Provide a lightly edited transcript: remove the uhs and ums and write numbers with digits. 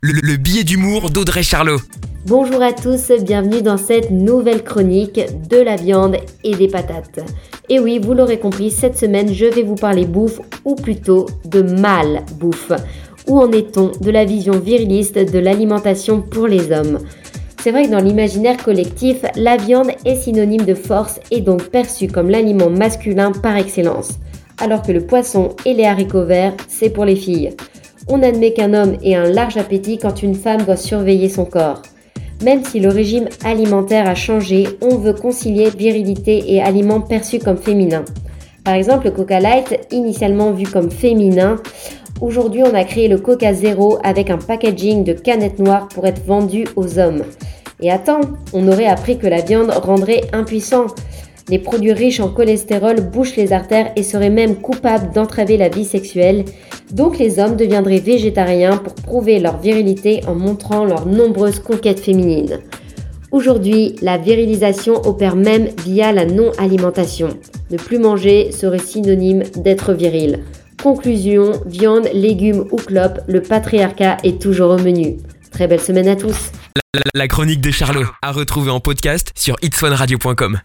Le billet d'humour d'Audrey Charlot. Bonjour à tous, bienvenue dans cette nouvelle chronique de la viande et des patates. Et oui, vous l'aurez compris, cette semaine, je vais vous parler bouffe, ou plutôt de mal-bouffe. Où en est-on de la vision viriliste de l'alimentation pour les hommes ? C'est vrai que dans l'imaginaire collectif, la viande est synonyme de force et donc perçue comme l'aliment masculin par excellence. Alors que le poisson et les haricots verts, c'est pour les filles. On admet qu'un homme ait un large appétit quand une femme doit surveiller son corps. Même si le régime alimentaire a changé, on veut concilier virilité et aliments perçus comme féminins. Par exemple, le Coca Light, initialement vu comme féminin, aujourd'hui on a créé le Coca Zéro avec un packaging de canettes noires pour être vendu aux hommes. Et attends, on aurait appris que la viande rendrait impuissant. Les produits riches en cholestérol bouchent les artères et seraient même coupables d'entraver la vie sexuelle. Donc les hommes deviendraient végétariens pour prouver leur virilité en montrant leurs nombreuses conquêtes féminines. Aujourd'hui, la virilisation opère même via la non-alimentation. Ne plus manger serait synonyme d'être viril. Conclusion, viande, légumes ou clopes, le patriarcat est toujours au menu. Très belle semaine à tous. La chronique de Charlot, à retrouver en podcast sur itswanradio.com.